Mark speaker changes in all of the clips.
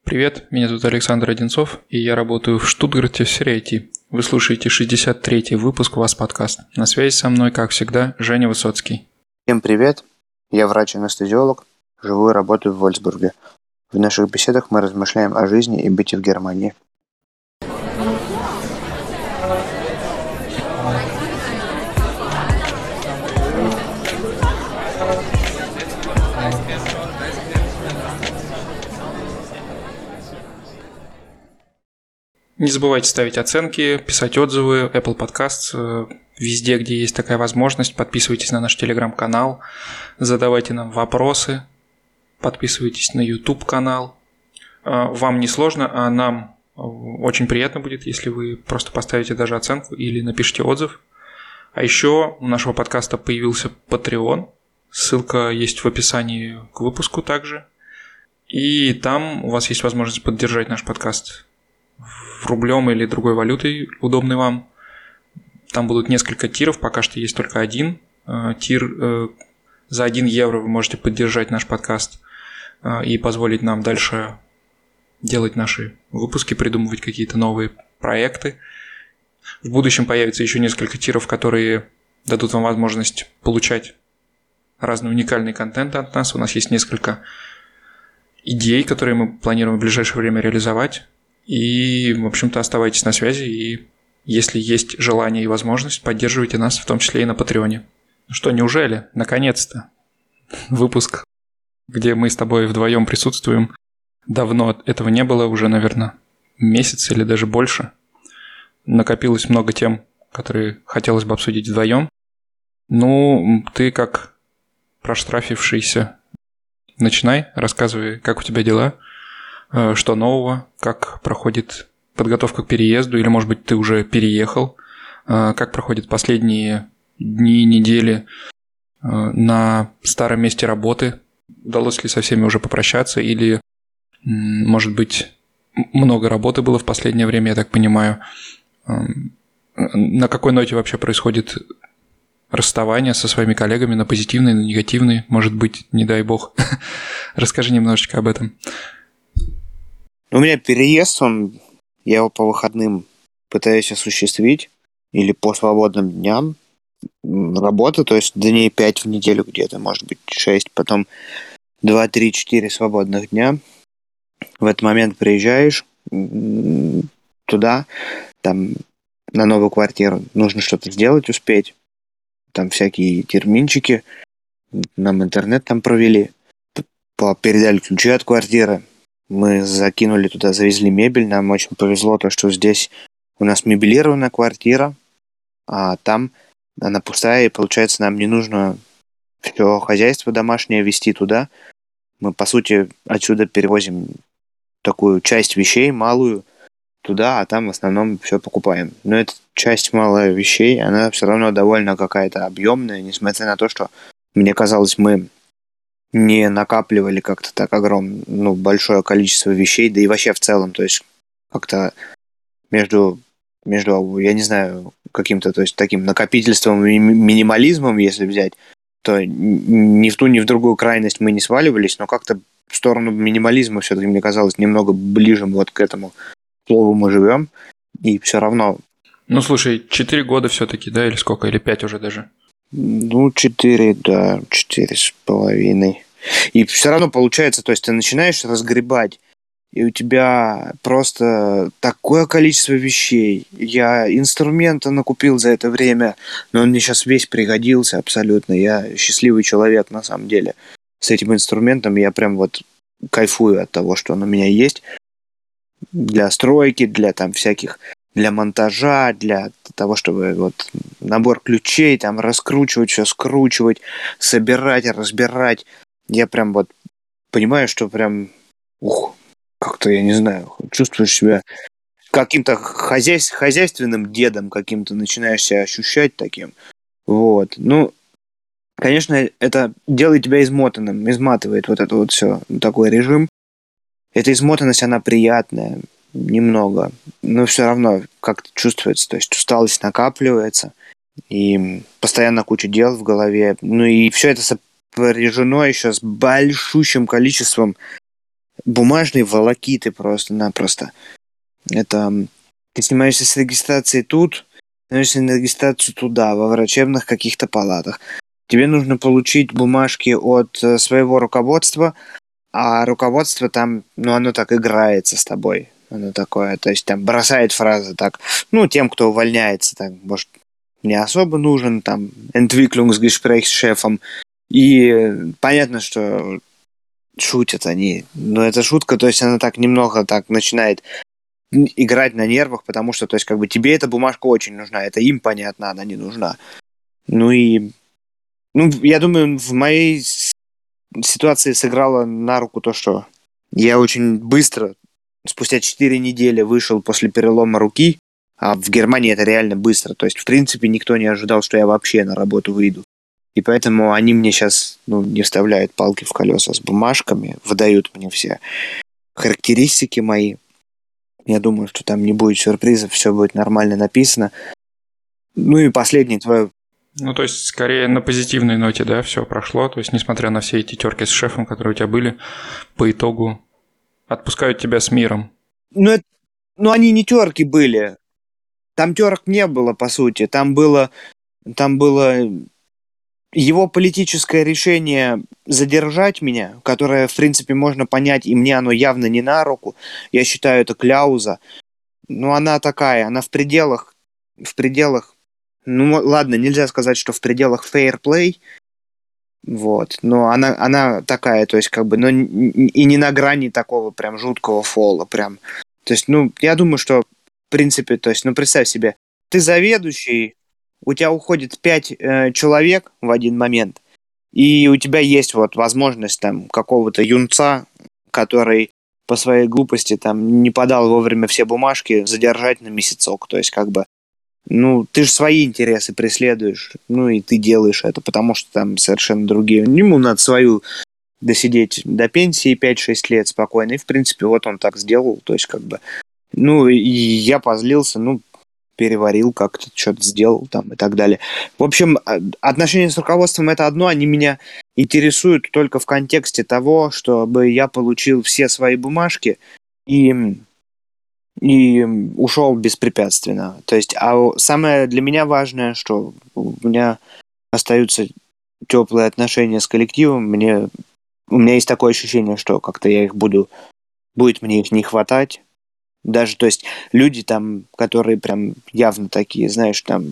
Speaker 1: Привет, меня зовут Александр Одинцов, и я работаю в Штутгарте в сфере IT. Вы слушаете 63-й выпуск «ВАЗ Подкаст». На связи со мной, как всегда, Женя Высоцкий.
Speaker 2: Всем привет, я врач-анестезиолог, живу и работаю в Вольсбурге. В наших беседах мы размышляем о жизни и быте в Германии.
Speaker 1: Не забывайте ставить оценки, писать отзывы, Apple Podcasts, везде, где есть такая возможность. Подписывайтесь на наш Telegram-канал, задавайте нам вопросы, подписывайтесь на YouTube-канал. Вам не сложно, а нам очень приятно будет, если вы просто поставите даже оценку или напишите отзыв. А еще у нашего подкаста появился Patreon, ссылка есть в описании к выпуску также. И там у вас есть возможность поддержать наш подкаст в рублем или другой валютой, удобной вам. Там будут несколько тиров, пока что есть только один тир. За 1 евро вы можете поддержать наш подкаст и позволить нам дальше делать наши выпуски, придумывать какие-то новые проекты. В будущем появится еще несколько тиров, которые дадут вам возможность получать разный уникальный контент от нас. У нас есть несколько идей, которые мы планируем в ближайшее время реализовать. И, в общем-то, оставайтесь на связи, и если есть желание и возможность, поддерживайте нас, в том числе и на Патреоне. Ну что, неужели? Наконец-то. Выпуск, где мы с тобой вдвоем присутствуем. Давно этого не было, уже, наверное, месяц или даже больше. Накопилось много тем, которые хотелось бы обсудить вдвоем. Ну, ты как проштрафившийся, начинай, рассказывай, как у тебя дела. Что нового, как проходит подготовка к переезду, или, может быть, ты уже переехал, как проходят последние дни, недели на старом месте работы, удалось ли со всеми уже попрощаться, или, может быть, много работы было в последнее время, я так понимаю. На какой ноте вообще происходит расставание со своими коллегами, на позитивной, на негативной, может быть, не дай бог. Расскажи немножечко об этом.
Speaker 2: У меня переезд, я его по выходным пытаюсь осуществить, или по свободным дням. Работа, то есть дней 5 в неделю где-то, может быть 6, потом 2, 3, 4 свободных дня. В этот момент приезжаешь туда, там на новую квартиру нужно что-то сделать, успеть. Там всякие терминчики, нам интернет там провели, передали ключи от квартиры. Мы закинули туда, завезли мебель. Нам очень повезло то, что здесь у нас мебелированная квартира, а там она пустая, и, получается, нам не нужно все хозяйство домашнее везти туда. Мы, по сути, отсюда перевозим такую часть вещей, малую, туда, а там в основном все покупаем. Но эта часть малая вещей, она все равно довольно какая-то объемная, несмотря на то, что, мне казалось, мы не накапливали как-то так большое количество вещей, да и вообще в целом, то есть как-то между, я не знаю, каким-то, то есть таким накопительством и минимализмом, если взять, то ни в ту, ни в другую крайность мы не сваливались, но как-то в сторону минимализма все-таки, мне казалось, немного ближе вот к этому слову мы живем, и все равно...
Speaker 1: Ну, слушай, 4 года все-таки, да, или сколько, или 5 уже даже?
Speaker 2: 4, да, 4,5. И все равно получается, то есть ты начинаешь разгребать, и у тебя просто такое количество вещей. Я инструмента накупил за это время, но он мне сейчас весь пригодился абсолютно. Я счастливый человек на самом деле. С этим инструментом я прям вот кайфую от того, что он у меня есть. Для стройки, для там всяких... для монтажа, для того, чтобы вот набор ключей, там раскручивать все, скручивать, собирать, разбирать. Я прям вот понимаю, что прям, как-то, я не знаю, чувствуешь себя каким-то хозяйственным дедом каким-то, начинаешь себя ощущать таким. Вот. Ну, конечно, это делает тебя измотанным, изматывает вот это вот все, такой режим. Эта измотанность, она приятная. Немного, но все равно как-то чувствуется, то есть усталость накапливается, и постоянно куча дел в голове, ну и все это сопряжено еще с большущим количеством бумажной волокиты просто-напросто. Это ты снимаешься с регистрации тут, снимаешься на регистрацию туда, во врачебных каких-то палатах. Тебе нужно получить бумажки от своего руководства, а руководство там, оно так играется с тобой. Оно такое, то есть там бросает фразы так, тем, кто увольняется, так, может, не особо нужен, там, Entwicklungsgesprächschefом. И понятно, что шутят они, но эта шутка, то есть она так немного так начинает играть на нервах, потому что, то есть, как бы тебе эта бумажка очень нужна, это им понятно, она не нужна. Я думаю, в моей ситуации сыграло на руку то, что я очень быстро, спустя 4 недели вышел после перелома руки, а в Германии это реально быстро. То есть, в принципе, никто не ожидал, что я вообще на работу выйду. И поэтому они мне сейчас не вставляют палки в колеса с бумажками, выдают мне все характеристики мои. Я думаю, что там не будет сюрпризов, все будет нормально написано. И последний твой...
Speaker 1: То есть, скорее на позитивной ноте, да, все прошло. То есть, несмотря на все эти терки с шефом, которые у тебя были, по итогу отпускают тебя с миром.
Speaker 2: Они не терки были. Там терок не было, по сути. Там было его политическое решение задержать меня, которое, в принципе, можно понять, и мне оно явно не на руку. Я считаю, это кляуза. Она такая, она в пределах, ладно, нельзя сказать, что в пределах fair play, вот, но она такая, то есть, как бы, и не на грани такого прям жуткого фола, прям. То есть, я думаю, что, в принципе, то есть, представь себе, ты заведующий, у тебя уходит 5 человек в один момент, и у тебя есть вот возможность там какого-то юнца, который по своей глупости там не подал вовремя все бумажки, задержать на месяцок. То есть, как бы, ты же свои интересы преследуешь, и ты делаешь это, потому что там совершенно другие. Ему надо свою досидеть до пенсии 5-6 лет спокойно, и, в принципе, вот он так сделал, то есть, как бы, и я позлился, переварил как-то, что-то сделал там и так далее. В общем, отношения с руководством — это одно, они меня интересуют только в контексте того, чтобы я получил все свои бумажки и ушел беспрепятственно. То есть, самое для меня важное, что у меня остаются теплые отношения с коллективом, у меня есть такое ощущение, что как-то будет мне их не хватать. Даже, то есть, люди там, которые прям явно такие, знаешь, там,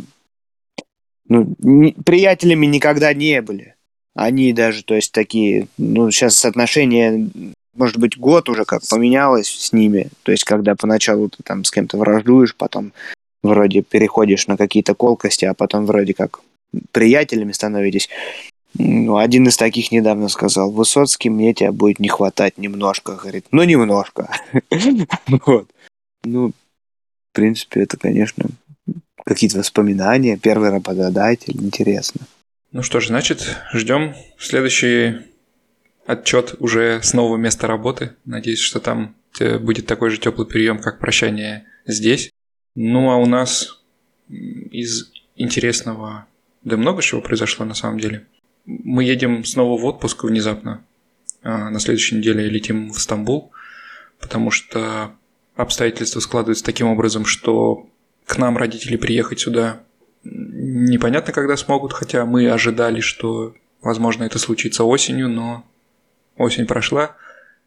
Speaker 2: приятелями никогда не были. Они даже, то есть, такие, сейчас отношения, может быть, год уже как поменялось с ними. То есть, когда поначалу ты там с кем-то враждуешь, потом вроде переходишь на какие-то колкости, а потом вроде как приятелями становитесь. Один из таких недавно сказал: Высоцкий, мне тебя будет не хватать немножко, говорит. Немножко. Вот. В принципе, это, конечно, какие-то воспоминания, первый работодатель, интересно.
Speaker 1: Что ж, значит, ждем следующий отчет уже с нового места работы. Надеюсь, что там будет такой же теплый прием, как прощание здесь. А у нас из интересного, да много чего произошло на самом деле. Мы едем снова в отпуск внезапно. На следующей неделе летим в Стамбул, потому что обстоятельства складываются таким образом, что к нам родители приехать сюда непонятно, когда смогут, хотя мы ожидали, что, возможно, это случится осенью, но осень прошла,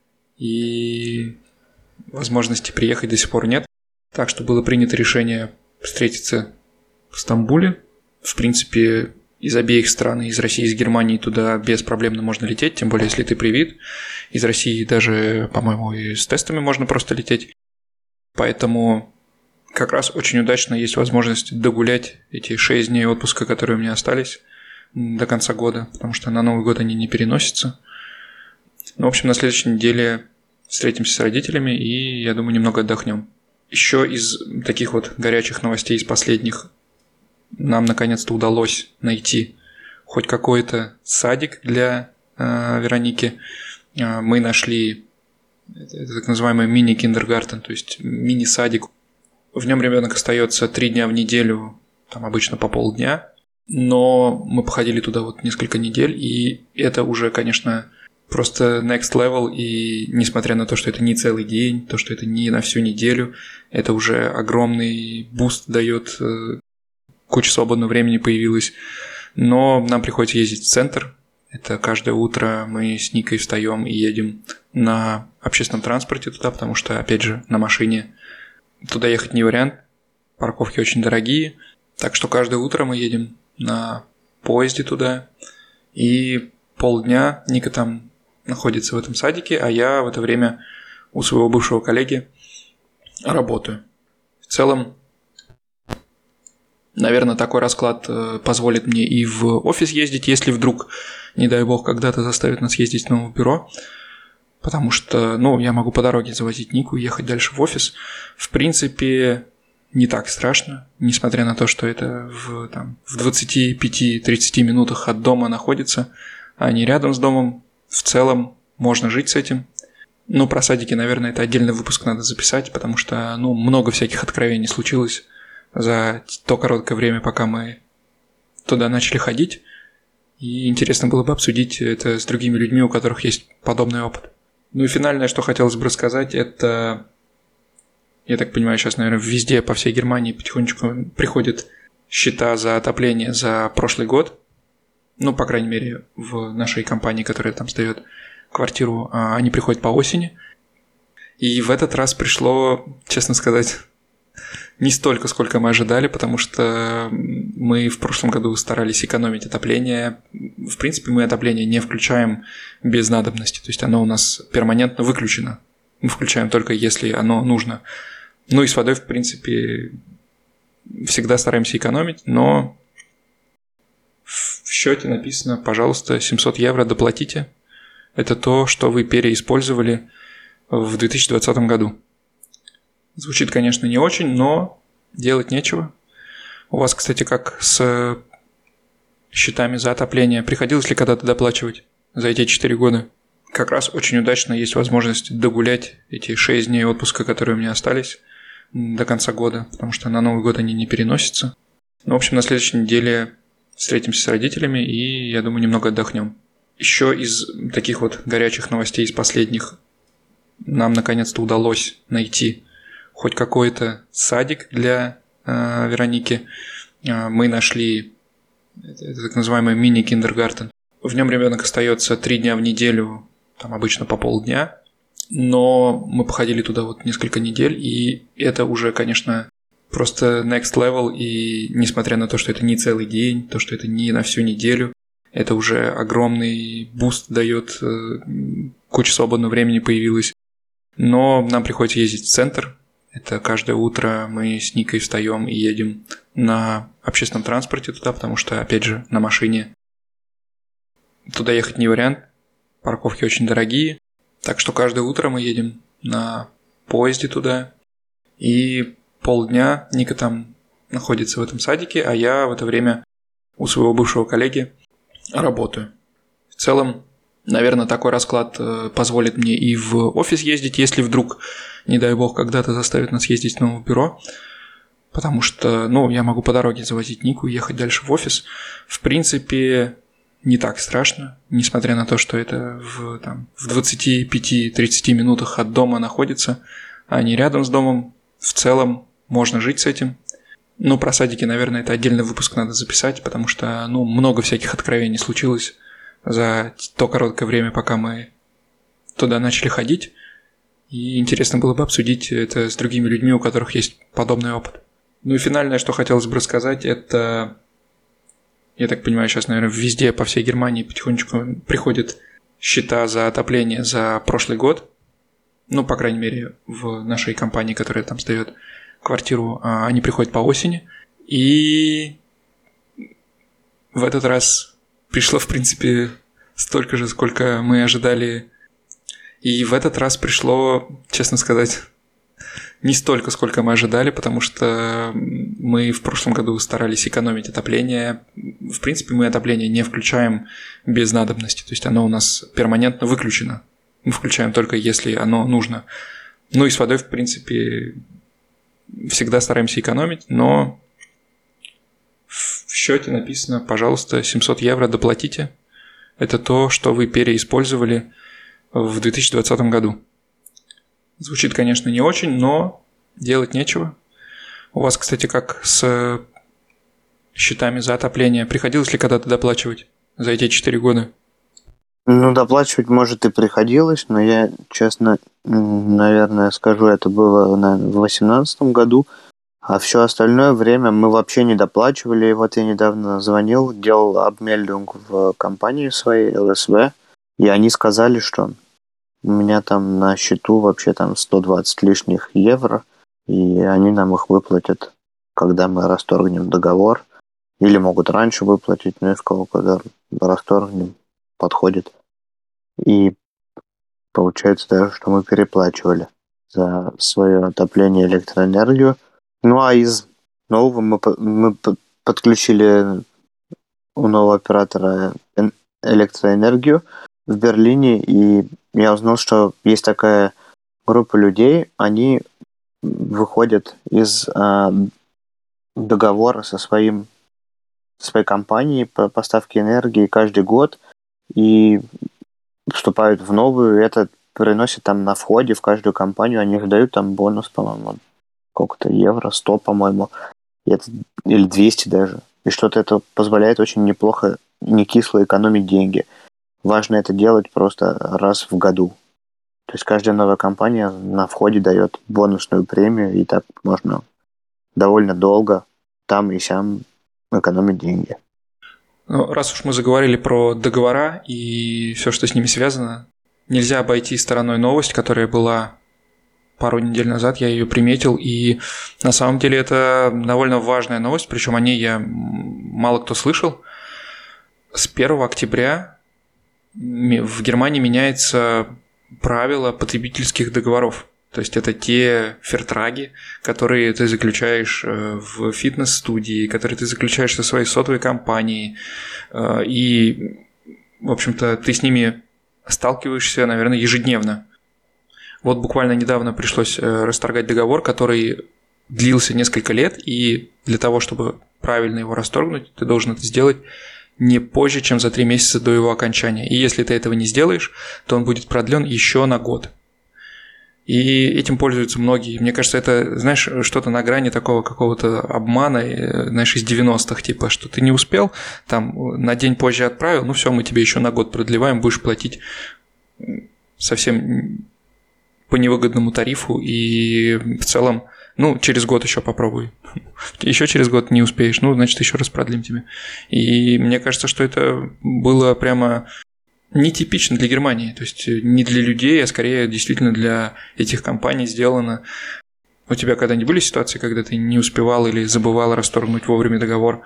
Speaker 1: и возможности приехать до сих пор нет. Так что было принято решение встретиться в Стамбуле. В принципе, из обеих стран, из России, из Германии туда беспроблемно можно лететь, тем более, если ты привит. Из России даже, по-моему, и с тестами можно просто лететь. Поэтому как раз очень удачно есть возможность догулять эти 6 дней отпуска, которые у меня остались до конца года, потому что на Новый год они не переносятся. В общем, на следующей неделе встретимся с родителями и, я думаю, немного отдохнем. Еще из таких вот горячих новостей, из последних, нам наконец-то удалось найти хоть какой-то садик для Вероники. Мы нашли это так называемый мини-киндергартен, то есть мини-садик. В нем ребенок остается 3 дня в неделю, там обычно по полдня, но мы походили туда вот несколько недель, и это уже, конечно, просто next level, и несмотря на то, что это не целый день, то, что это не на всю неделю, это уже огромный буст дает, куча свободного времени появилась. Но нам приходится ездить в центр. Это каждое утро мы с Никой встаем и едем на общественном транспорте туда, потому что, опять же, на машине туда ехать не вариант. Парковки очень дорогие. Так что каждое утро мы едем на поезде туда. И полдня Ника там находится в этом садике, а я в это время у своего бывшего коллеги работаю. В целом, наверное, такой расклад позволит мне и в офис ездить, если вдруг, не дай бог, когда-то заставят нас ездить в новое бюро. Потому что, я могу по дороге завозить Нику и ехать дальше в офис. В принципе, не так страшно, несмотря на то, что это в 25-30 минутах от дома находится, а не рядом с домом. В целом, можно жить с этим. Про садики, наверное, это отдельный выпуск надо записать, потому что, много всяких откровений случилось за то короткое время, пока мы туда начали ходить. И интересно было бы обсудить это с другими людьми, у которых есть подобный опыт. И финальное, что хотелось бы рассказать, это, я так понимаю, сейчас, наверное, везде, по всей Германии потихонечку приходят счета за отопление за прошлый год. По крайней мере, в нашей компании, которая там сдает квартиру, они приходят по осени. И в этот раз пришло, честно сказать, не столько, сколько мы ожидали, потому что мы в прошлом году старались экономить отопление. В принципе, мы отопление не включаем без надобности, то есть оно у нас перманентно выключено. Мы включаем только если оно нужно. И с водой, в принципе, всегда стараемся экономить, но в счете написано, пожалуйста, 700 евро доплатите. Это то, что вы переиспользовали в 2020 году. Звучит, конечно, не очень, но делать нечего. У вас, кстати, как с счетами за отопление? Приходилось ли когда-то доплачивать за эти 4 года? Как раз очень удачно есть возможность догулять эти 6 дней отпуска, которые у меня остались до конца года, потому что на Новый год они не переносятся. В общем, на следующей неделе встретимся с родителями и, я думаю, немного отдохнем. Еще из таких вот горячих новостей из последних нам наконец-то удалось найти хоть какой-то садик для Вероники. Мы нашли так называемый мини-киндергартен. В нем ребенок остается 3 дня в неделю, там обычно по полдня, но мы походили туда вот несколько недель, и это уже, конечно, просто next level, и несмотря на то, что это не целый день, то, что это не на всю неделю, это уже огромный буст дает, куча свободного времени появилась. Но нам приходится ездить в центр. Это каждое утро мы с Никой встаем и едем на общественном транспорте туда, потому что, опять же, на машине туда ехать не вариант. Парковки очень дорогие. Так что каждое утро мы едем на поезде туда. И полдня Ника там находится в этом садике, а я в это время у своего бывшего коллеги работаю. В целом, наверное, такой расклад позволит мне и в офис ездить, если вдруг, не дай бог, когда-то заставят нас ездить в новое бюро. Потому что, я могу по дороге завозить Нику и ехать дальше в офис. В принципе, не так страшно, несмотря на то, что это в 25-30 минутах от дома находится, а не рядом с домом. В целом, можно жить с этим. Про садики, наверное, это отдельный выпуск надо записать, потому что, много всяких откровений случилось за то короткое время, пока мы туда начали ходить. И интересно было бы обсудить это с другими людьми, у которых есть подобный опыт. И финальное, что хотелось бы рассказать, это, я так понимаю, сейчас, наверное, везде, по всей Германии потихонечку приходят счета за отопление за прошлый год. По крайней мере, в нашей компании, которая там сдает квартиру, они приходят по осени. И в этот раз пришло, в принципе, столько же, сколько мы ожидали. И в этот раз пришло, честно сказать, не столько, сколько мы ожидали, потому что мы в прошлом году старались экономить отопление. В принципе, мы отопление не включаем без надобности, то есть оно у нас перманентно выключено. Мы включаем только если оно нужно. И с водой, в принципе, всегда стараемся экономить, но в счете написано, пожалуйста, 700 евро доплатите. это то, что вы переиспользовали в 2020 году. Звучит, конечно, не очень, но делать нечего. У вас, кстати, как с счетами за отопление? Приходилось ли когда-то доплачивать за эти 4 года?
Speaker 2: Ну, доплачивать, может, и приходилось, но я, честно, наверное, скажу, это было, наверное, в 2018 году, а все остальное время мы вообще не доплачивали. И вот я недавно звонил, делал обмельдинг в компании своей, ЛСВ, и они сказали, что у меня там на счету вообще там 120 лишних евро, и они нам их выплатят, когда мы расторгнем договор. Или могут раньше выплатить, но я сказал, когда расторгнем, подходит. И получается даже, что мы переплачивали за свое отопление и электроэнергию. Ну а из нового мы подключили у нового оператора электроэнергию в Берлине, и я узнал, что есть такая группа людей, они выходят из договора со своей компанией по поставке энергии каждый год и вступают в новую, и это приносит там на входе в каждую компанию, они же дают там бонус, по-моему, сколько-то евро, 100, по-моему, и это, или 200 даже. И что-то это позволяет очень неплохо, не кисло экономить деньги. Важно это делать просто раз в году. То есть каждая новая компания на входе дает бонусную премию, и так можно довольно долго там и сям экономить деньги.
Speaker 1: Ну, раз уж мы заговорили про договора и все, что с ними связано, нельзя обойти стороной новость, которая была пару недель назад, я ее приметил, и на самом деле это довольно важная новость, причем о ней я мало кто слышал. С 1 октября в Германии меняется правило потребительских договоров. То есть это те фертраги, которые ты заключаешь в фитнес-студии, которые ты заключаешь со своей сотовой компанией. И, в общем-то, ты с ними сталкиваешься, наверное, ежедневно. Вот буквально недавно пришлось расторгать договор, который длился несколько лет, и для того, чтобы правильно его расторгнуть, ты должен это сделать не позже, чем за 3 месяца до его окончания. И если ты этого не сделаешь, то он будет продлен еще на год. И этим пользуются многие. Мне кажется, это, знаешь, что-то на грани такого какого-то обмана, знаешь, из 90-х, типа, что ты не успел, там, на день позже отправил, ну все, мы тебе еще на год продлеваем, будешь платить совсем по невыгодному тарифу, и в целом, ну, через год еще попробуй. Еще через год не успеешь, ну, значит, еще раз продлим тебе. И мне кажется, что это было прямо нетипично для Германии, то есть не для людей, а скорее действительно для этих компаний сделано. У тебя когда-нибудь были ситуации, когда ты не успевал или забывал расторгнуть вовремя договор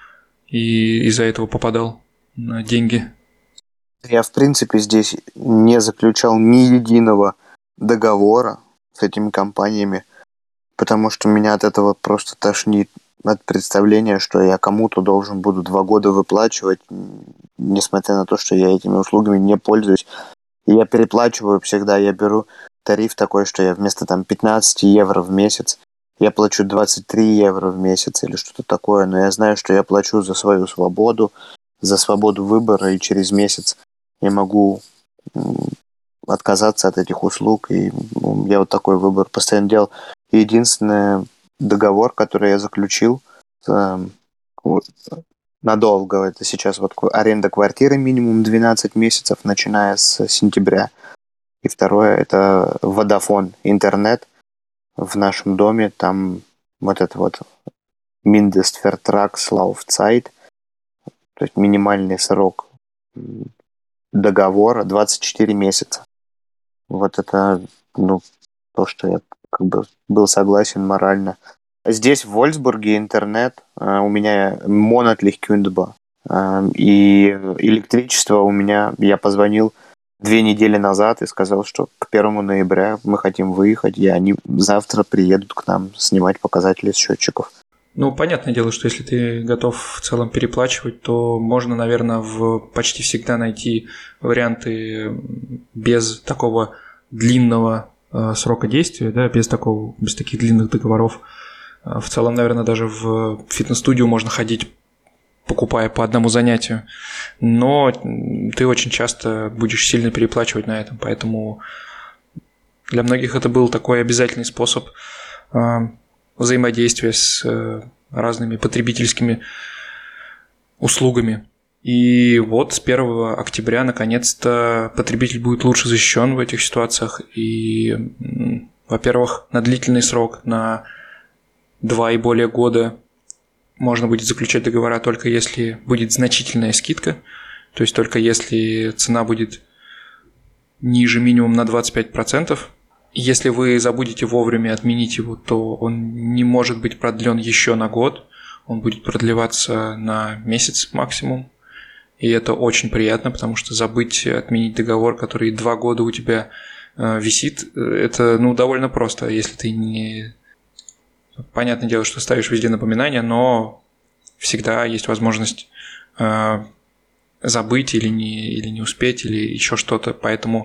Speaker 1: и из-за этого попадал на деньги?
Speaker 2: Я, в принципе, здесь не заключал ни единого договора с этими компаниями, потому что меня от этого просто тошнит, от представления, что я кому-то должен буду 2 года выплачивать, несмотря на то, что я этими услугами не пользуюсь. И я переплачиваю всегда, я беру тариф такой, что я вместо там 15 евро в месяц, я плачу 23 евро в месяц или что-то такое, но я знаю, что я плачу за свою свободу, за свободу выбора, и через месяц я могу отказаться от этих услуг, и я вот такой выбор постоянно делал. Единственный договор, который я заключил надолго, это сейчас вот аренда квартиры минимум 12 месяцев, начиная с сентября. И второе, это Vodafone, интернет в нашем доме, там вот это вот Mindestvertragslaufzeit, то есть минимальный срок договора 24 месяца. Вот это, ну, то, что я как бы был согласен морально. Здесь, в Вольсбурге, интернет, у меня monatlich kündbar, и электричество у меня, я позвонил 2 недели назад и сказал, что к 1 ноября мы хотим выехать, и они завтра приедут к нам снимать показатели с счетчиков.
Speaker 1: Ну, понятное дело, что если ты готов в целом переплачивать, то можно, наверное, почти всегда найти варианты без такого длинного срока действия, да, без таких длинных договоров. В целом, наверное, даже в фитнес-студию можно ходить покупая по одному занятию, но ты очень часто будешь сильно переплачивать на этом, поэтому для многих это был такой обязательный способ взаимодействия с разными потребительскими услугами. И вот с 1 октября наконец-то потребитель будет лучше защищен в этих ситуациях. И, во-первых, на длительный срок, на 2 и более года можно будет заключать договора только если будет значительная скидка, то есть только если цена будет ниже минимум на 25%. Если вы забудете вовремя отменить его, то он не может быть продлен еще на год, он будет продлеваться на месяц максимум. И это очень приятно, потому что забыть отменить договор, который 2 года у тебя висит, это довольно просто, если ты не... Понятное дело, что ставишь везде напоминания, но всегда есть возможность забыть или не успеть, или еще что-то. Поэтому,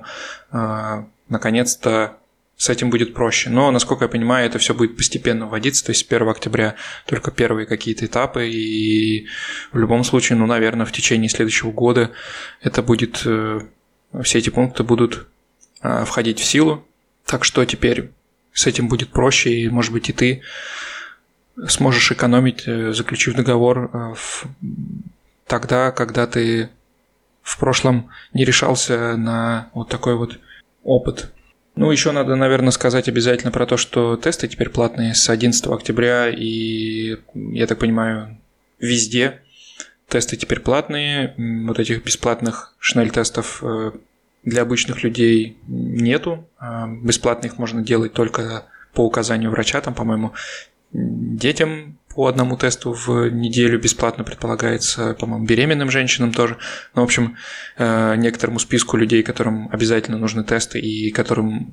Speaker 1: наконец-то, с этим будет проще. Но, насколько я понимаю, это все будет постепенно вводиться. То есть с 1 октября только первые какие-то этапы. И в любом случае, наверное, в течение следующего года это будет... Все эти пункты будут входить в силу. Так что теперь с этим будет проще. И, может быть, и ты сможешь экономить, заключив договор тогда, когда ты в прошлом не решался на вот такой вот опыт. Еще надо, наверное, сказать обязательно про то, что тесты теперь платные с 11 октября, и, я так понимаю, везде тесты теперь платные. Вот этих бесплатных шнель-тестов для обычных людей нету. Бесплатно их можно делать только по указанию врача, там, по-моему, детям по одному тесту в неделю бесплатно предполагается, по-моему, беременным женщинам тоже. В общем, некоторому списку людей, которым обязательно нужны тесты и которые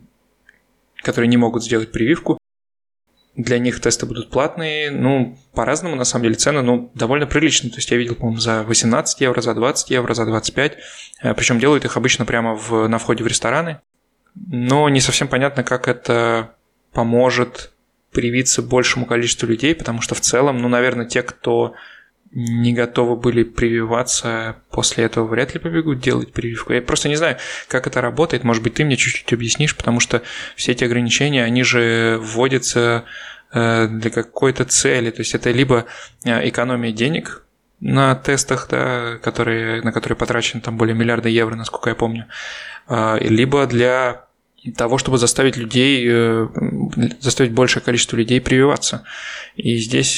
Speaker 1: не могут сделать прививку, для них тесты будут платные. По-разному, на самом деле, цены, довольно приличные. То есть я видел, по-моему, за 18 евро, за 20 евро, за 25. Причем делают их обычно прямо на входе в рестораны. Но не совсем понятно, как это поможет привиться большему количеству людей, потому что в целом, наверное, те, кто не готовы были прививаться, после этого вряд ли побегут делать прививку. Я просто не знаю, как это работает. Может быть, ты мне чуть-чуть объяснишь, потому что все эти ограничения, они же вводятся для какой-то цели. То есть это либо экономия денег на тестах, да, на которые потрачено там более миллиарда евро, насколько я помню, либо для того, чтобы заставить большее количество людей прививаться. И здесь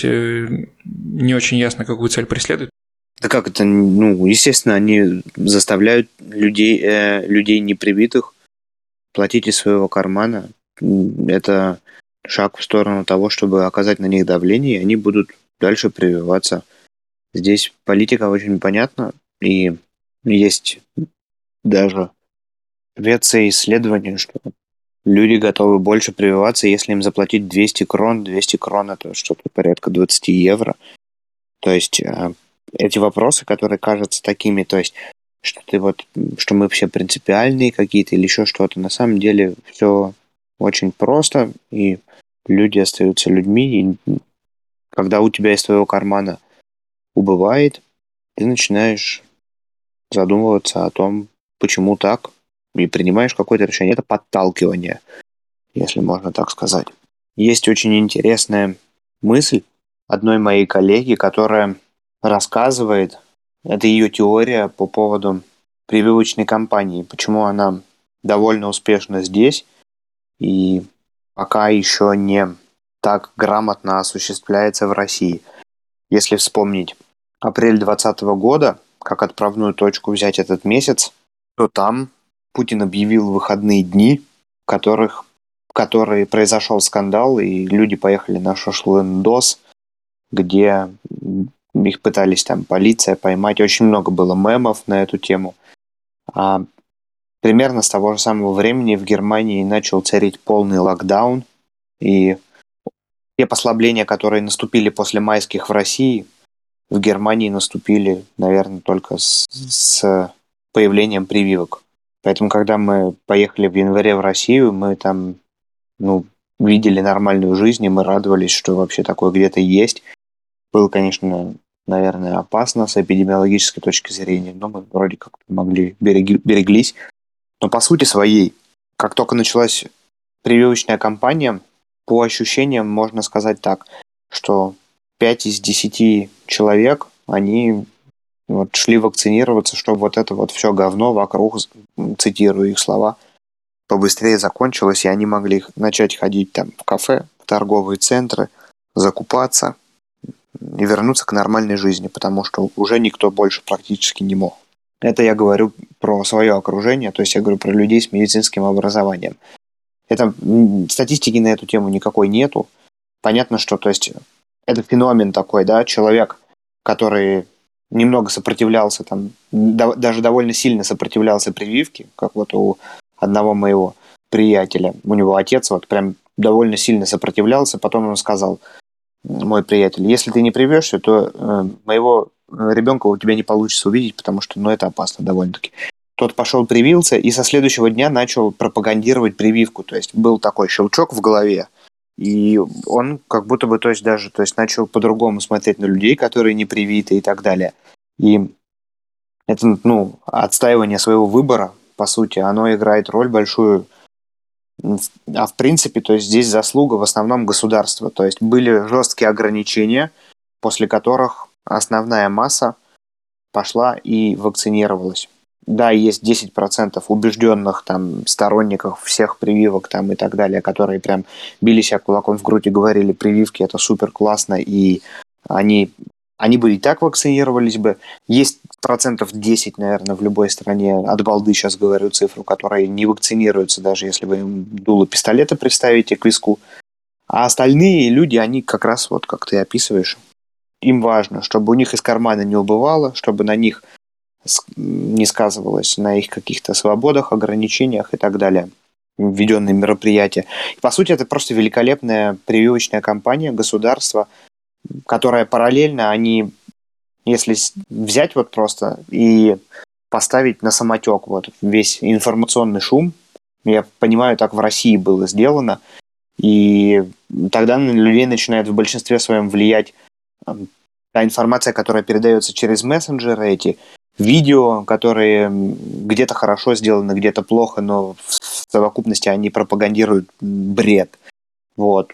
Speaker 1: не очень ясно, какую цель преследуют.
Speaker 2: Да как это? Естественно, они заставляют людей непривитых платить из своего кармана. Это шаг в сторону того, чтобы оказать на них давление, и они будут дальше прививаться. Здесь политика очень понятна, и есть даже в Швеции исследование, что люди готовы больше прививаться, если им заплатить 200 крон. 200 крон – это что-то порядка 20 евро. То есть эти вопросы, которые кажутся такими, то есть что мы все принципиальные какие-то или еще что-то, на самом деле все очень просто, и люди остаются людьми, и когда у тебя из твоего кармана убывает, ты начинаешь задумываться о том, почему так, и принимаешь какое-то решение. Это подталкивание, если можно так сказать. Есть очень интересная мысль одной моей коллеги, которая рассказывает, это ее теория по поводу прививочной кампании, почему она довольно успешна здесь и пока еще не так грамотно осуществляется в России. Если вспомнить апрель 2020 года, как отправную точку взять этот месяц, то там Путин объявил выходные дни, в которые произошел скандал, и люди поехали на Шашлындос, где их пытались там полиция поймать. Очень много было мемов на эту тему. А примерно с того же самого времени в Германии начал царить полный локдаун, и те послабления, которые наступили после майских в России, в Германии наступили, наверное, только с появлением прививок. Поэтому, когда мы поехали в январе в Россию, мы там, видели нормальную жизнь, и мы радовались, что вообще такое где-то есть. Был, конечно, наверное, опасно с эпидемиологической точки зрения, но мы вроде как береглись. Но по сути своей, как только началась прививочная кампания, по ощущениям можно сказать так, что 5 из 10 человек, они вот шли вакцинироваться, чтобы вот это вот все говно вокруг, цитирую их слова, побыстрее закончилось, и они могли начать ходить там в кафе, в торговые центры, закупаться и вернуться к нормальной жизни, потому что уже никто больше практически не мог. Это я говорю про свое окружение, то есть я говорю про людей с медицинским образованием. Это статистики на эту тему никакой нету. Понятно, что то есть это феномен такой, да, человек, который немного сопротивлялся, там, даже довольно сильно сопротивлялся прививке, как вот у одного моего приятеля. У него отец вот прям довольно сильно сопротивлялся, потом он сказал, мой приятель, если ты не привьешься, то моего ребенка у тебя не получится увидеть, потому что, ну, это опасно довольно-таки. Тот пошел привился и со следующего дня начал пропагандировать прививку. То есть был такой щелчок в голове, и он как будто бы, то есть даже, то есть начал по-другому смотреть на людей, которые не привиты и так далее. И это, ну, отстаивание своего выбора, по сути, оно играет роль большую. А в принципе, то есть здесь заслуга в основном государства. То есть были жесткие ограничения, после которых основная масса пошла и вакцинировалась. Да, есть 10% убежденных там сторонников всех прививок там и так далее, которые прям били себя кулаком в грудь и говорили, прививки это супер классно, и они бы и так вакцинировались бы. Есть 10%, наверное, в любой стране, от балды сейчас говорю цифру, которые не вакцинируются, даже если вы им дуло пистолета приставите к виску. А остальные люди, они как раз вот, как ты описываешь, им важно, чтобы у них из кармана не убывало, чтобы на них не сказывалось, на их каких-то свободах, ограничениях и так далее, введенные мероприятия. И, по сути, это просто великолепная прививочная кампания государства, которая параллельно, они, если взять вот просто и поставить на самотек вот весь информационный шум, я понимаю, так в России было сделано, и тогда на людей начинает в большинстве своем влиять та информация, которая передается через мессенджеры, эти видео, которые где-то хорошо сделаны, где-то плохо, но в совокупности они пропагандируют бред. Вот.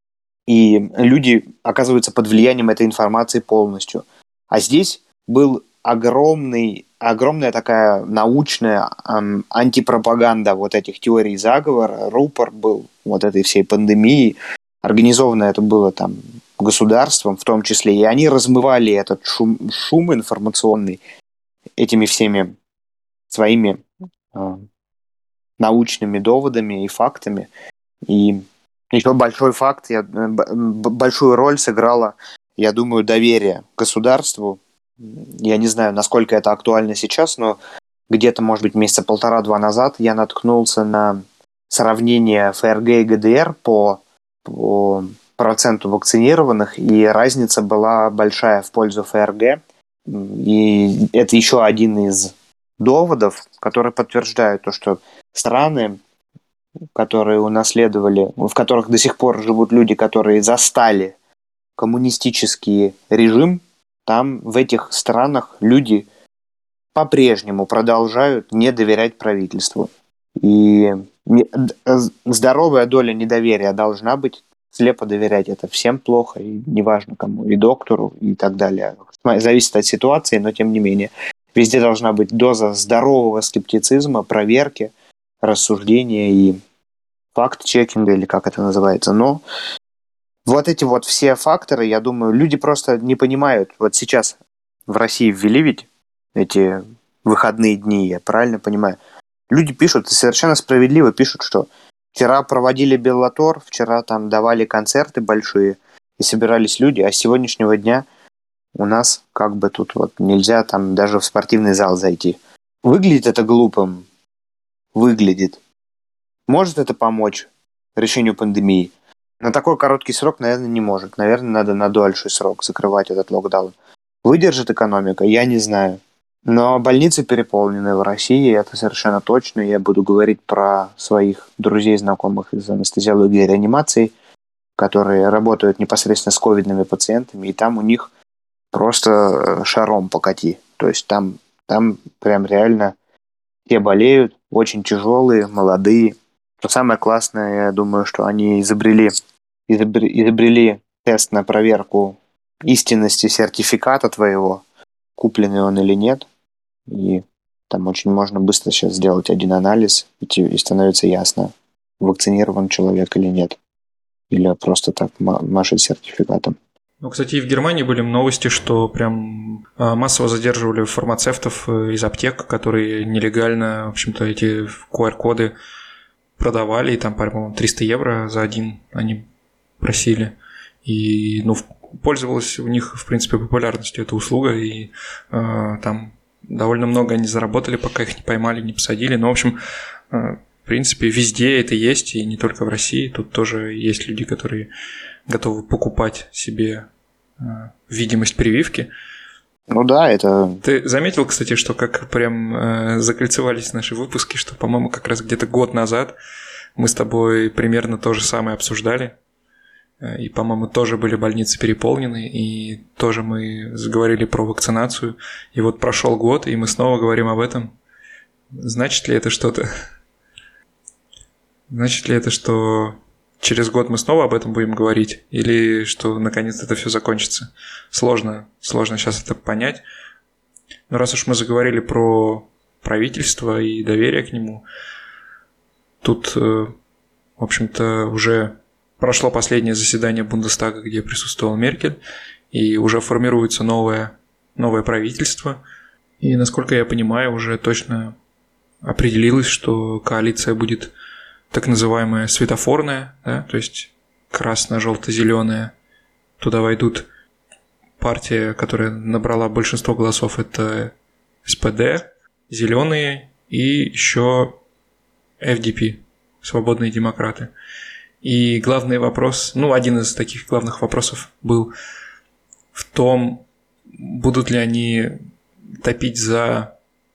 Speaker 2: И люди оказываются под влиянием этой информации полностью. А здесь был огромная такая научная антипропаганда вот этих теорий заговора, рупор был вот этой всей пандемии. Организовано это было там государством в том числе, и они размывали этот шум информационный этими всеми своими научными доводами и фактами. И еще большой факт, большую роль сыграло, я думаю, доверие к государству. Я не знаю, насколько это актуально сейчас, но где-то, может быть, месяца 1,5-2 назад я наткнулся на сравнение ФРГ и ГДР по проценту вакцинированных, и разница была большая в пользу ФРГ. И это еще один из доводов, которые подтверждают то, что страны, которые унаследовали, в которых до сих пор живут люди, которые застали коммунистический режим, там в этих странах люди по-прежнему продолжают не доверять правительству. И здоровая доля недоверия должна быть. Слепо доверять это всем плохо, и неважно кому, и доктору, и так далее. Зависит от ситуации, но тем не менее. Везде должна быть доза здорового скептицизма, проверки, рассуждения и факт-чекинга, или как это называется. Но вот эти вот все факторы, я думаю, люди просто не понимают. Вот сейчас в России ввели ведь эти выходные дни, я правильно понимаю? Люди пишут, совершенно справедливо пишут, что вчера проводили Беллатор, вчера там давали концерты большие, и собирались люди, а с сегодняшнего дня у нас как бы тут вот нельзя там даже в спортивный зал зайти. Выглядит это глупым? Выглядит. Может это помочь решению пандемии? На такой короткий срок, наверное, не может. Наверное, надо на дольший срок закрывать этот локдаун. Выдержит экономика? Я не знаю. Но больницы переполнены в России, это совершенно точно. Я буду говорить про своих друзей, знакомых из анестезиологии и реанимации, которые работают непосредственно с ковидными пациентами, и там у них просто шаром покати. То есть там прям реально все болеют, очень тяжелые, молодые. Но самое классное, я думаю, что они изобрели тест на проверку истинности сертификата твоего, купленный он или нет. И там очень можно быстро сейчас сделать один анализ, и становится ясно, вакцинирован человек или нет. Или просто так машет сертификатом.
Speaker 1: Ну, кстати, и в Германии были новости, что прям массово задерживали фармацевтов из аптек, которые нелегально, в общем-то, эти QR-коды продавали, и там, по-моему, 300 евро за один они просили. И, ну, пользовалась у них, в принципе, популярностью эта услуга, и там довольно много они заработали, пока их не поймали, не посадили. Но, в общем, в принципе, везде это есть, и не только в России. Тут тоже есть люди, которые готовы покупать себе видимость прививки.
Speaker 2: Ну да, это...
Speaker 1: Ты заметил, кстати, что как прям закольцевались наши выпуски, что, по-моему, как раз где-то год назад мы с тобой примерно то же самое обсуждали. И, по-моему, тоже были больницы переполнены, и тоже мы заговорили про вакцинацию. И вот прошел год, и мы снова говорим об этом. Значит ли это что-то? Значит ли это, что через год мы снова об этом будем говорить? Или что наконец это все закончится? Сложно сейчас это понять. Но раз уж мы заговорили про правительство и доверие к нему, тут, в общем-то, уже прошло последнее заседание Бундестага, где присутствовала Меркель, и уже формируется новое правительство. И, насколько я понимаю, уже точно определилось, что коалиция будет так называемая светофорная, да, то есть красно-желто-зеленая. Туда войдут партия, которая набрала большинство голосов, это СПД, зеленые и еще FDP, свободные демократы. И главный вопрос, один из таких главных вопросов был в том, будут ли они топить за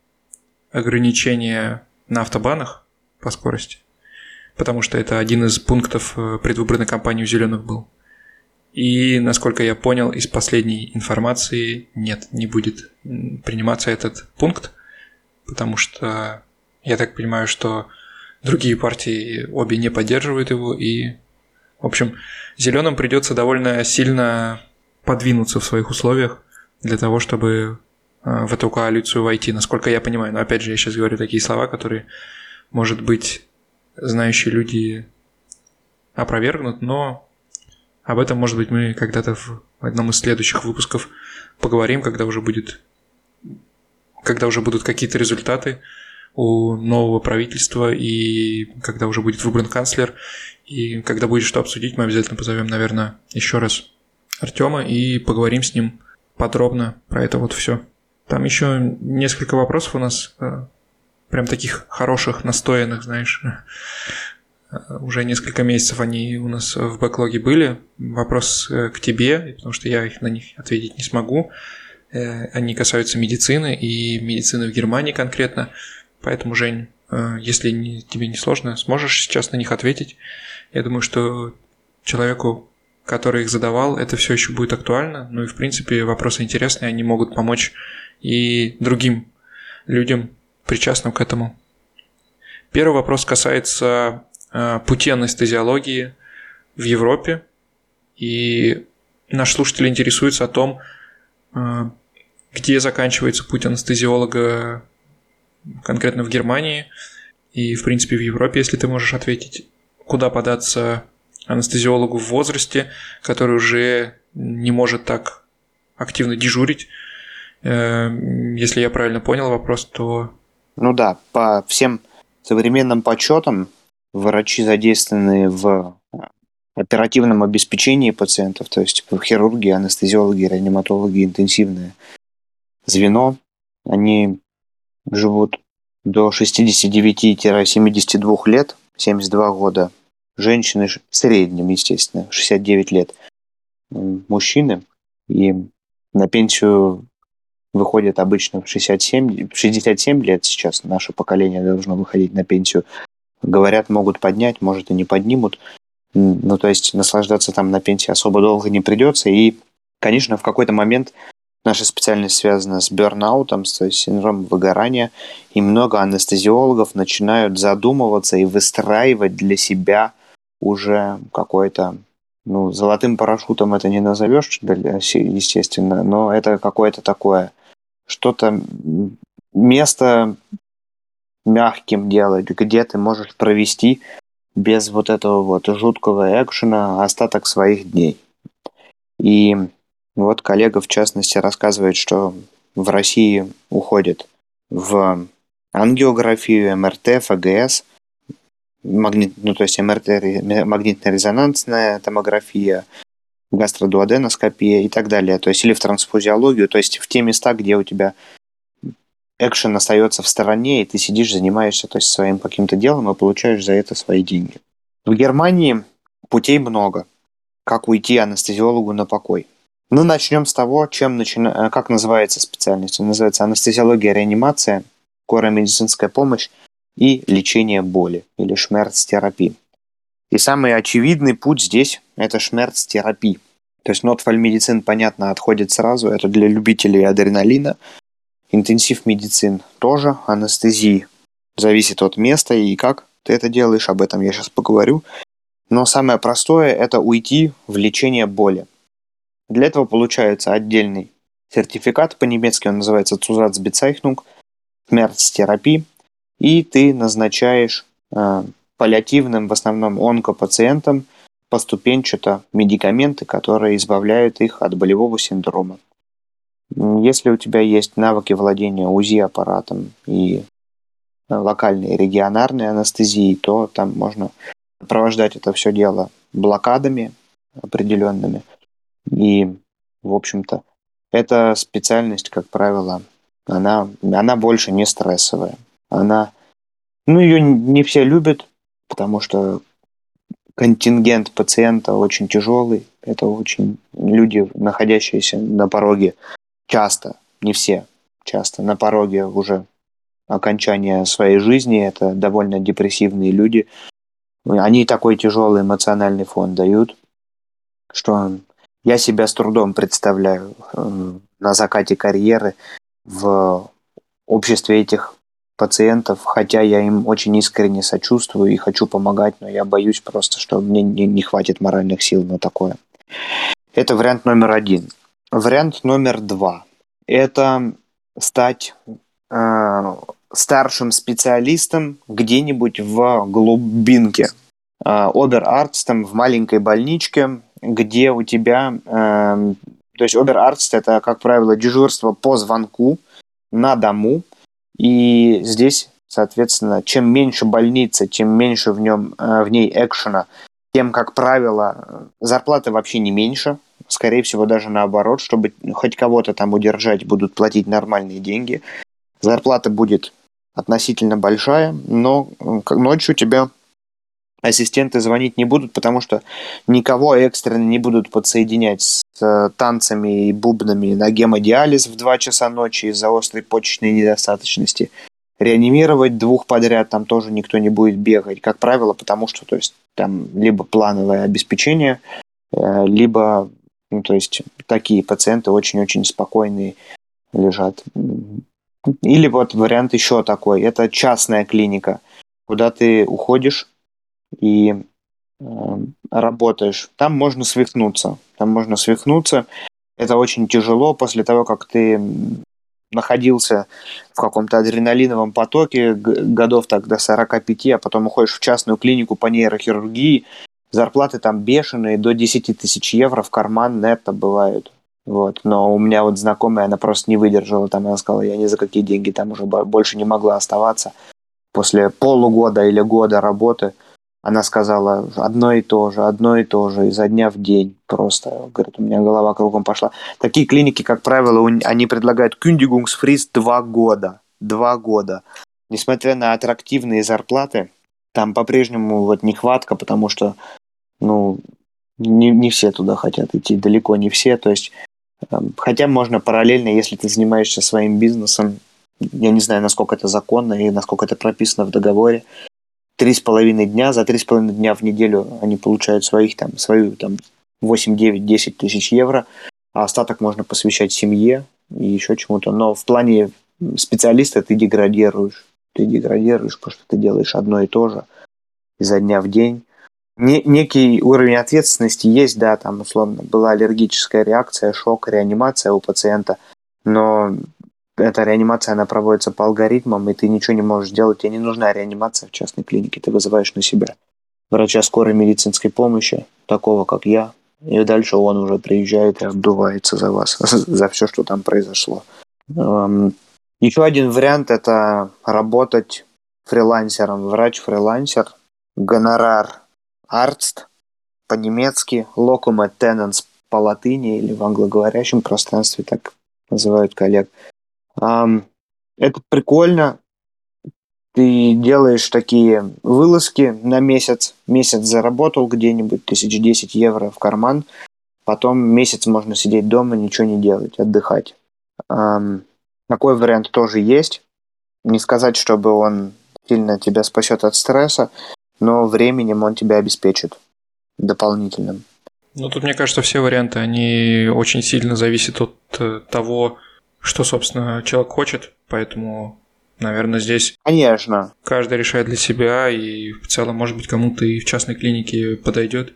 Speaker 1: ограничения на автобанах по скорости, потому что это один из пунктов предвыборной кампании у «Зеленых» был. И, насколько я понял, из последней информации нет, не будет приниматься этот пункт, потому что я так понимаю, что другие партии обе не поддерживают его, и, в общем, «Зеленым» придется довольно сильно подвинуться в своих условиях для того, чтобы в эту коалицию войти, насколько я понимаю. Но, опять же, я сейчас говорю такие слова, которые, может быть, знающие люди опровергнут, но об этом, может быть, мы когда-то в одном из следующих выпусков поговорим, когда уже будут какие-то результаты у нового правительства, и когда уже будет выбран канцлер, и когда будет что обсудить, мы обязательно позовем, наверное, еще раз Артема и поговорим с ним подробно про это вот все. Там еще несколько вопросов у нас, прям таких хороших, настоянных, знаешь. Уже несколько месяцев они у нас в бэклоге были. Вопрос к тебе, потому что я на них ответить не смогу. Они касаются медицины, и медицины в Германии конкретно. Поэтому, Жень, если тебе не сложно, сможешь сейчас на них ответить. Я думаю, что человеку, который их задавал, это все еще будет актуально. Ну и, в принципе, вопросы интересные, они могут помочь и другим людям, причастным к этому. Первый вопрос касается пути анестезиологии в Европе. И наш слушатель интересуется о том, где заканчивается путь анестезиолога конкретно в Германии и, в принципе, в Европе, если ты можешь ответить, куда податься анестезиологу в возрасте, который уже не может так активно дежурить. Если я правильно понял вопрос, то...
Speaker 2: Ну да, по всем современным подсчетам врачи, задействованные в оперативном обеспечении пациентов, то есть в хирургии, анестезиологи, реаниматологи, интенсивное звено, они живут до 69-72 лет, 72 года. Женщины в среднем, естественно, 69 лет. Мужчины. И на пенсию выходят обычно в 67 лет сейчас. Наше поколение должно выходить на пенсию. Говорят, могут поднять, может и не поднимут. Ну, то есть наслаждаться там на пенсии особо долго не придется. И, конечно, в какой-то момент наша специальность связана с бёрнаутом, то есть синдромом выгорания, и много анестезиологов начинают задумываться и выстраивать для себя уже какой-то, ну, золотым парашютом это не назовешь, естественно, но это какое-то такое, что-то место мягким делать, где ты можешь провести без вот этого вот жуткого экшена остаток своих дней. И вот коллега, в частности, рассказывает, что в России уходит в ангиографию, МРТ, ФГС, то есть МРТ, магнитно-резонансная томография, гастродуоденоскопия и так далее. То есть или в трансфузиологию, то есть в те места, где у тебя экшен остается в стороне, и ты сидишь, занимаешься, то есть, своим каким-то делом и получаешь за это свои деньги. В Германии путей много. Как уйти анестезиологу на покой? Ну, начнем с того, как называется специальность. Она называется анестезиология, реанимация, скорая медицинская помощь и лечение боли, или шмерц-терапия. И самый очевидный путь здесь – это шмерц-терапия. То есть нотфальмедицин, понятно, отходит сразу, это для любителей адреналина. Интенсив медицин тоже, анестезии зависит от места и как ты это делаешь, об этом я сейчас поговорю. Но самое простое – это уйти в лечение боли. Для этого получается отдельный сертификат, по-немецки он называется Zusatzbezeichnung, Schmerztherapie, и ты назначаешь паллиативным, в основном онкопациентам, поступенчато медикаменты, которые избавляют их от болевого синдрома. Если у тебя есть навыки владения УЗИ-аппаратом и локальной и регионарной анестезией, то там можно сопровождать это все дело блокадами определенными. И, в общем-то, эта специальность, как правило, она больше не стрессовая. Ее не все любят, потому что контингент пациента очень тяжелый. Это очень люди, находящиеся на пороге, часто, не все, часто на пороге уже окончания своей жизни. Это довольно депрессивные люди. Они такой тяжелый эмоциональный фон дают, что я себя с трудом представляю на закате карьеры в обществе этих пациентов, хотя я им очень искренне сочувствую и хочу помогать, но я боюсь просто, что мне не хватит моральных сил на такое. Это вариант номер 1. Вариант номер 2 – это стать старшим специалистом где-нибудь в глубинке, обер-арцтом в маленькой больничке, где у тебя... То есть обер-арцт – это, как правило, дежурство по звонку на дому. И здесь, соответственно, чем меньше больница, чем меньше в ней экшена, тем, как правило, зарплаты вообще не меньше. Скорее всего, даже наоборот, чтобы хоть кого-то там удержать, будут платить нормальные деньги. Зарплата будет относительно большая, но ночью тебя ассистенты звонить не будут, потому что никого экстренно не будут подсоединять с танцами и бубнами на гемодиализ в 2 часа ночи из-за острой почечной недостаточности. Реанимировать 2 подряд там тоже никто не будет бегать, как правило, потому что то есть, там либо плановое обеспечение, либо то есть, такие пациенты очень-очень спокойные лежат. Или вот вариант еще такой. Это частная клиника, куда ты уходишь и работаешь. Там можно свихнуться. Это очень тяжело после того, как ты находился в каком-то адреналиновом потоке годов так до 45, а потом уходишь в частную клинику по нейрохирургии. Зарплаты там бешеные, до 10 тысяч евро в карман нетто бывают. Вот. Но у меня вот знакомая, она просто не выдержала. Там она сказала, я ни за какие деньги там уже больше не могла оставаться. После полугода или года работы она сказала одно и то же, изо дня в день. Просто, говорит, у меня голова кругом пошла. Такие клиники, как правило, они предлагают Kündigungsfrist 2 года. 2 года. Несмотря на аттрактивные зарплаты, там по-прежнему вот нехватка, потому что не все туда хотят идти, далеко не все. То есть, хотя можно параллельно, если ты занимаешься своим бизнесом, я не знаю, насколько это законно и насколько это прописано в договоре, 3,5 дня, за 3,5 дня в неделю они получают свою 8, 9, 10 тысяч евро, а остаток можно посвящать семье, и еще чему-то. Но в плане специалиста ты деградируешь. Ты деградируешь, потому что ты делаешь одно и то же изо дня в день. Некий уровень ответственности есть, да, там условно была аллергическая реакция, шок, реанимация у пациента, но эта реанимация, она проводится по алгоритмам, и ты ничего не можешь сделать, тебе не нужна реанимация в частной клинике, ты вызываешь на себя врача скорой медицинской помощи, такого как я, и дальше он уже приезжает и отдувается за вас, за все, что там произошло. Еще один вариант – это работать фрилансером, врач-фрилансер, гонорар Arzt по-немецки, locum et tenens по латыни или в англоговорящем пространстве так называют коллег. Это прикольно. Ты делаешь такие вылазки на месяц. Месяц заработал где-нибудь 1010 евро в карман. Потом месяц можно сидеть дома, ничего не делать, отдыхать. Такой вариант тоже есть. Не сказать, чтобы он сильно тебя спасет от стресса, но временем он тебя обеспечит дополнительным.
Speaker 1: Ну, тут, мне кажется, все варианты, они очень сильно зависят от того, что, собственно, человек хочет, поэтому, наверное, здесь
Speaker 2: Конечно.
Speaker 1: Каждый решает для себя, и в целом, может быть, кому-то и в частной клинике подойдет.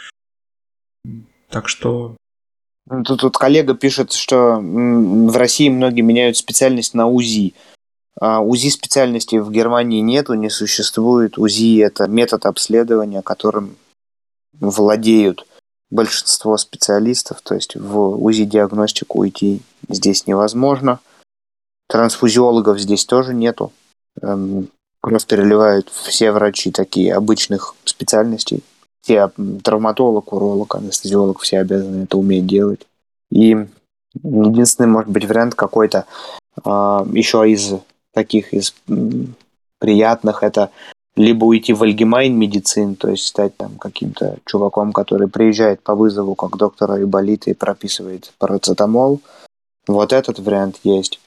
Speaker 1: Так что...
Speaker 2: Тут коллега пишет, что в России многие меняют специальность на УЗИ. УЗИ специальности в Германии нету, не существует. УЗИ – это метод обследования, которым владеют большинство специалистов. То есть в УЗИ-диагностику уйти здесь невозможно. Трансфузиологов здесь тоже нету. Кровь переливают все врачи такие обычных специальностей. Все травматолог, уролог, анестезиолог, все обязаны это уметь делать. И единственный, может быть, вариант какой-то еще из таких, из приятных, это либо уйти в allgemein медицин, то есть стать там каким-то чуваком, который приезжает по вызову, как доктор Айболит, и прописывает парацетамол. Вот этот вариант есть.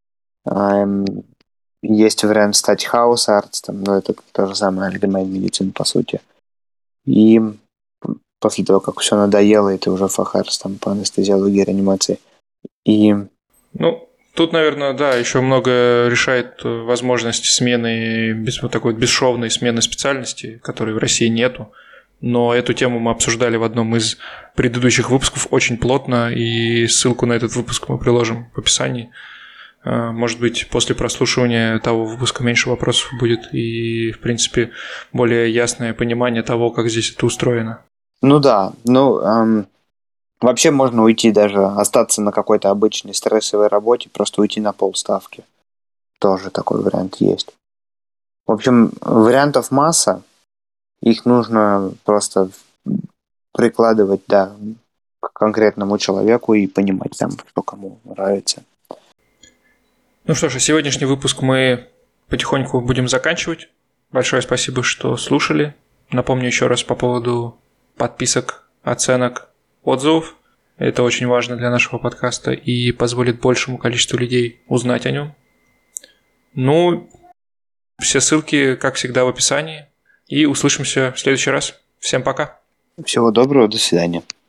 Speaker 2: Есть вариант стать хаус-артстом, но это то же самое allgemein медицин, по сути. И после того, как все надоело, и ты уже фахарс там по анестезиологии, реанимации. И...
Speaker 1: Ну, тут, наверное, да, еще много решает возможность смены, вот такой бесшовной смены специальности, которой в России нету. Но эту тему мы обсуждали в одном из предыдущих выпусков очень плотно, и ссылку на этот выпуск мы приложим в описании. Может быть, после прослушивания того выпуска меньше вопросов будет и, в принципе, более ясное понимание того, как здесь это устроено.
Speaker 2: Ну да, вообще можно уйти даже, остаться на какой-то обычной стрессовой работе, просто уйти на полставки. Тоже такой вариант есть. В общем, вариантов масса, их нужно просто прикладывать, да, к конкретному человеку и понимать там, что кому нравится.
Speaker 1: Ну что ж, сегодняшний выпуск мы потихоньку будем заканчивать. Большое спасибо, что слушали. Напомню еще раз по поводу подписок, оценок, отзывов. Это очень важно для нашего подкаста и позволит большему количеству людей узнать о нем. Ну, все ссылки, как всегда, в описании. И услышимся в следующий раз. Всем пока.
Speaker 2: Всего доброго, до свидания.